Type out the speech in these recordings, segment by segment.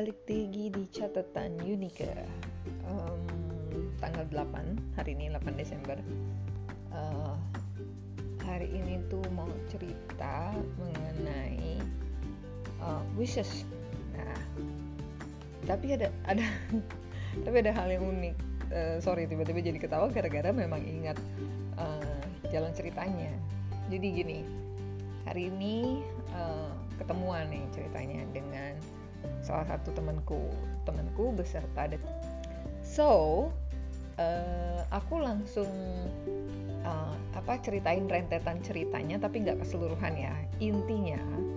balik lagi di catatan Unika. Tanggal 8, hari ini 8 Desember. Hari ini tuh mau cerita mengenai wishes. Nah, tapi ada tapi ada hal yang unik. Sorry, tiba-tiba jadi ketawa gara-gara memang ingat jalan ceritanya. Jadi gini, hari ini ketemuan nih ceritanya dengan salah satu temanku beserta aku langsung ceritain rentetan ceritanya, tapi nggak keseluruhan ya. Intinya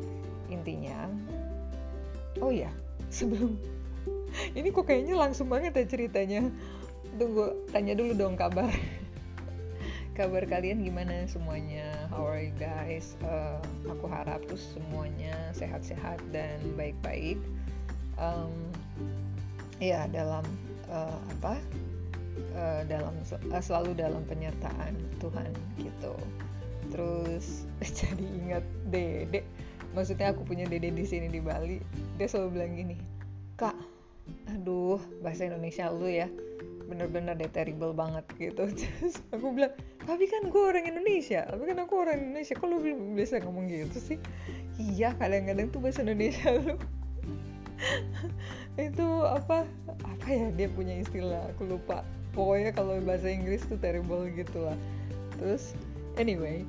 oh ya, sebelum ini kok kayaknya langsung banget ya ceritanya. Tunggu, tanya dulu dong kabar kalian gimana semuanya? How are you guys? Aku harap tuh semuanya sehat-sehat dan baik-baik. Selalu dalam penyertaan Tuhan gitu. Terus jadi ingat Dede. Maksudnya aku punya Dede di sini di Bali. Dia selalu bilang gini, "Kak, aduh bahasa Indonesia lu ya bener-bener deh terrible banget gitu." Terus aku bilang, tapi kan gue orang Indonesia, kok lu bisa ngomong gitu sih? Iya, kadang-kadang tuh bahasa Indonesia lu itu apa ya, dia punya istilah, aku lupa, pokoknya kalau bahasa Inggris tuh terrible gitu lah. Terus anyway,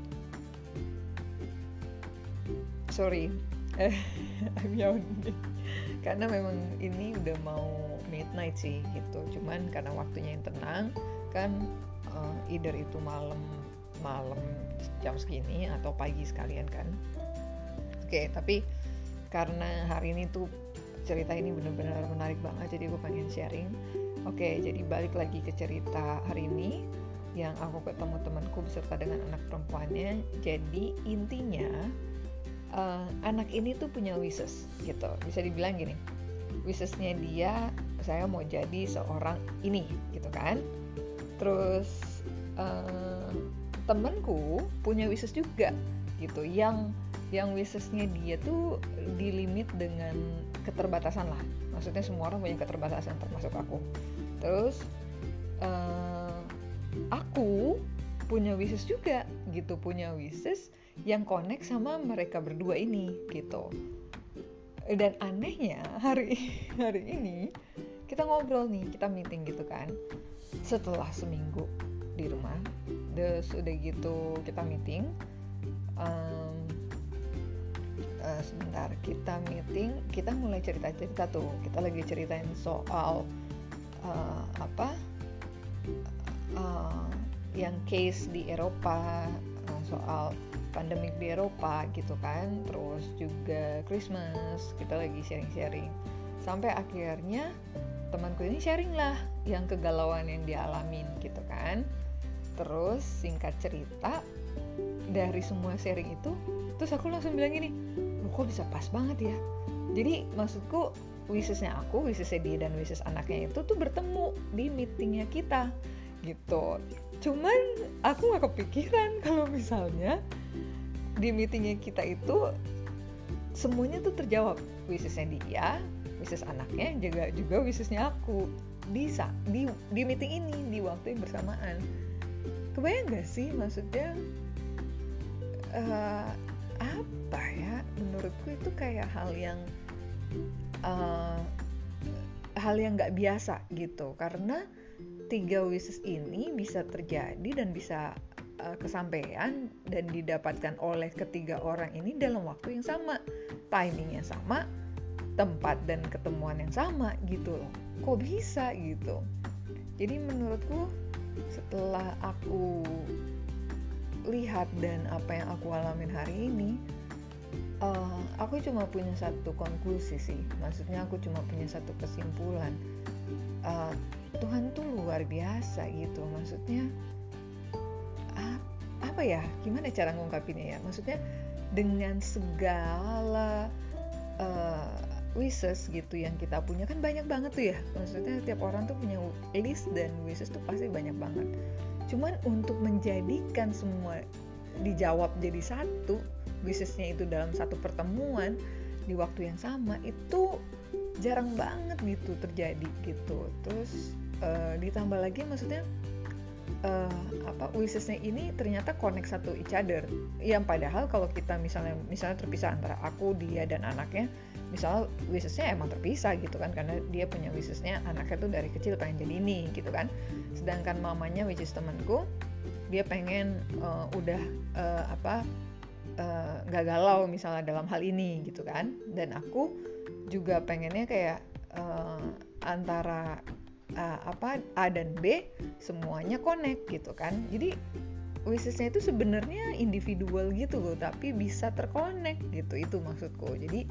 sorry I'm yawning karena memang ini udah mau midnight sih gitu. Cuman karena waktunya yang tenang kan, either itu malam jam segini atau pagi sekalian kan. Oke, tapi karena hari ini tuh cerita ini benar-benar menarik banget, jadi gue pengen sharing. Oke, jadi balik lagi ke cerita hari ini yang aku ketemu temanku beserta dengan anak perempuannya. Jadi intinya anak ini tuh punya wishes gitu, bisa dibilang gini, wishesnya dia, saya mau jadi seorang ini gitu kan. Terus temanku punya wishes juga gitu, yang wishesnya dia tuh dilimit dengan keterbatasan lah, maksudnya semua orang punya keterbatasan termasuk aku. Terus aku punya wishes juga gitu, punya wishes yang connect sama mereka berdua ini gitu. Dan anehnya hari ini kita ngobrol nih, kita meeting gitu kan, setelah seminggu di rumah. Terus udah gitu kita meeting, sebentar kita meeting, kita mulai cerita tuh, kita lagi ceritain soal yang case di Eropa, soal pandemik di Eropa gitu kan. Terus juga Christmas, kita lagi sharing sampai akhirnya temanku ini sharing lah yang kegalauan yang dia alamin gitu kan. Terus singkat cerita, dari semua sharing itu, terus aku langsung bilang gini, kok bisa pas banget ya. Jadi maksudku, wishesnya aku, wishesnya dia, dan wishes anaknya itu tuh bertemu di meetingnya kita gitu. Cuman aku gak kepikiran kalau misalnya di meetingnya kita itu semuanya tuh terjawab, wishesnya dia, wishes anaknya, juga wishesnya aku bisa di meeting ini di waktu yang bersamaan. Kebayang gak sih, maksudnya apa ya, menurutku itu kayak hal yang nggak biasa gitu, karena 3 wishes ini bisa terjadi dan bisa kesampaian dan didapatkan oleh ketiga orang ini dalam waktu yang sama, timing yang sama, tempat dan ketemuan yang sama gitu loh. Kok bisa gitu? Jadi menurutku setelah aku lihat dan apa yang aku alamin hari ini, aku cuma punya satu konklusi sih. Maksudnya aku cuma punya satu kesimpulan. Tuhan tuh luar biasa gitu. Maksudnya apa ya? Gimana cara ngungkapinnya ya? Maksudnya dengan segala wishes gitu yang kita punya, kan banyak banget tuh ya. Maksudnya tiap orang tuh punya list dan wishes tuh pasti banyak banget. Cuman untuk menjadikan semua dijawab jadi satu, wishesnya itu dalam satu pertemuan di waktu yang sama, itu jarang banget gitu terjadi gitu. Terus ditambah lagi maksudnya wishesnya ini ternyata connect satu each other, yang padahal kalau kita misalnya terpisah antara aku, dia dan anaknya, misal wishesnya emang terpisah gitu kan, karena dia punya wishesnya anaknya tuh dari kecil pengen jadi ini gitu kan, sedangkan mamanya which is temanku, dia pengen nggak galau misalnya dalam hal ini gitu kan, dan aku juga pengennya kayak antara A dan B semuanya connect gitu kan. Jadi wishesnya itu sebenarnya individual gitu loh, tapi bisa terconnect gitu, itu maksudku. Jadi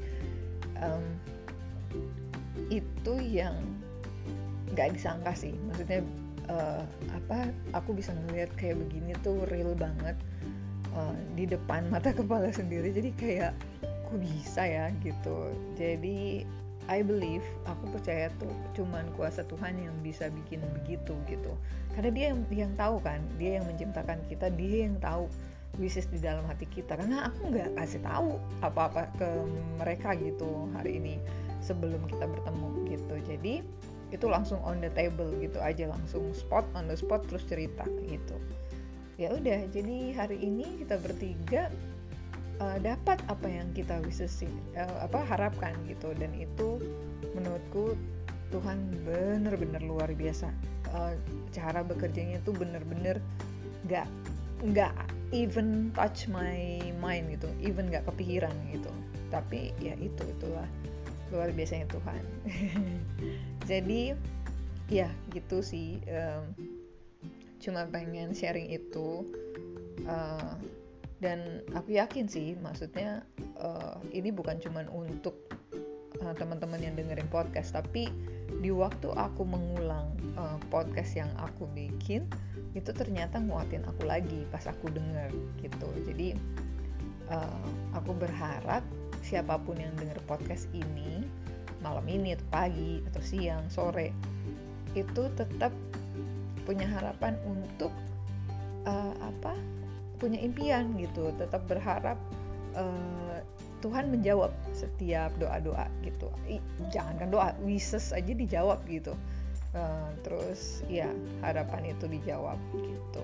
itu yang nggak disangka sih, maksudnya aku bisa ngeliat kayak begini tuh real banget di depan mata kepala sendiri. Jadi kayak kok bisa ya gitu. Jadi I believe, aku percaya tuh cuman kuasa Tuhan yang bisa bikin begitu gitu. Karena dia yang tahu kan, dia yang menciptakan kita, dia yang tahu wishes di dalam hati kita. Karena aku nggak kasih tahu apa-apa ke mereka gitu hari ini sebelum kita bertemu gitu. Jadi itu langsung on the table gitu aja, langsung on the spot terus cerita gitu. Ya udah, jadi hari ini kita bertiga dapat apa yang kita harapkan gitu, dan itu menurutku Tuhan bener-bener luar biasa. Cara bekerjanya tuh bener-bener nggak even touch my mind gitu, even nggak kepikiran gitu. Tapi ya itulah luar biasanya Tuhan. Jadi ya gitu sih, cuma pengen sharing itu. Dan aku yakin sih, maksudnya ini bukan cuma untuk teman-teman yang dengerin podcast, tapi di waktu aku mengulang podcast yang aku bikin, itu ternyata nguatin aku lagi pas aku denger gitu. Jadi aku berharap siapapun yang denger podcast ini, malam ini atau pagi atau siang, sore, itu tetap punya harapan untuk punya impian gitu, tetap berharap Tuhan menjawab setiap doa-doa gitu. Jangankan doa, wishes aja dijawab gitu. Terus ya harapan itu dijawab gitu.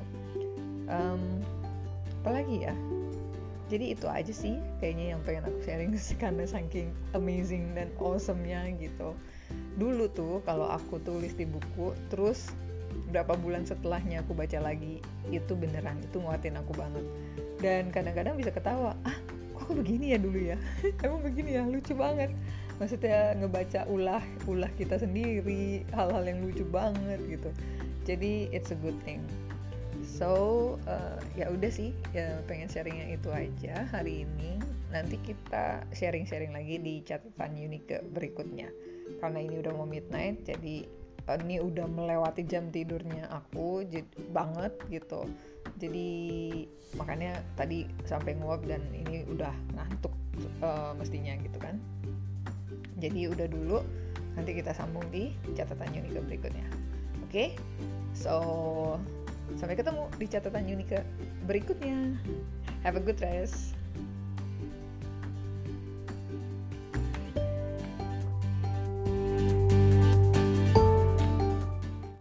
Apalagi ya, jadi itu aja sih kayaknya yang pengen aku sharing karena saking amazing dan awesome-nya gitu. Dulu tuh kalau aku tulis di buku, terus berapa bulan setelahnya aku baca lagi, itu beneran, itu nguatin aku banget. Dan kadang-kadang bisa ketawa, kok aku begini ya dulu ya. Emang begini ya, lucu banget. Maksudnya ngebaca ulah kita sendiri, hal-hal yang lucu banget gitu. Jadi it's a good thing. So ya udah sih, ya pengen sharingnya itu aja hari ini. Nanti kita sharing-sharing lagi di catatan Yunike berikutnya. Karena ini udah mau midnight, jadi ini udah melewati jam tidurnya aku banget gitu. Jadi makanya tadi sampai nguap dan ini udah ngantuk mestinya gitu kan. Jadi udah dulu, nanti kita sambung di catatan Yunike berikutnya. Oke? So sampai ketemu di catatan Yunike berikutnya. Have a good rest.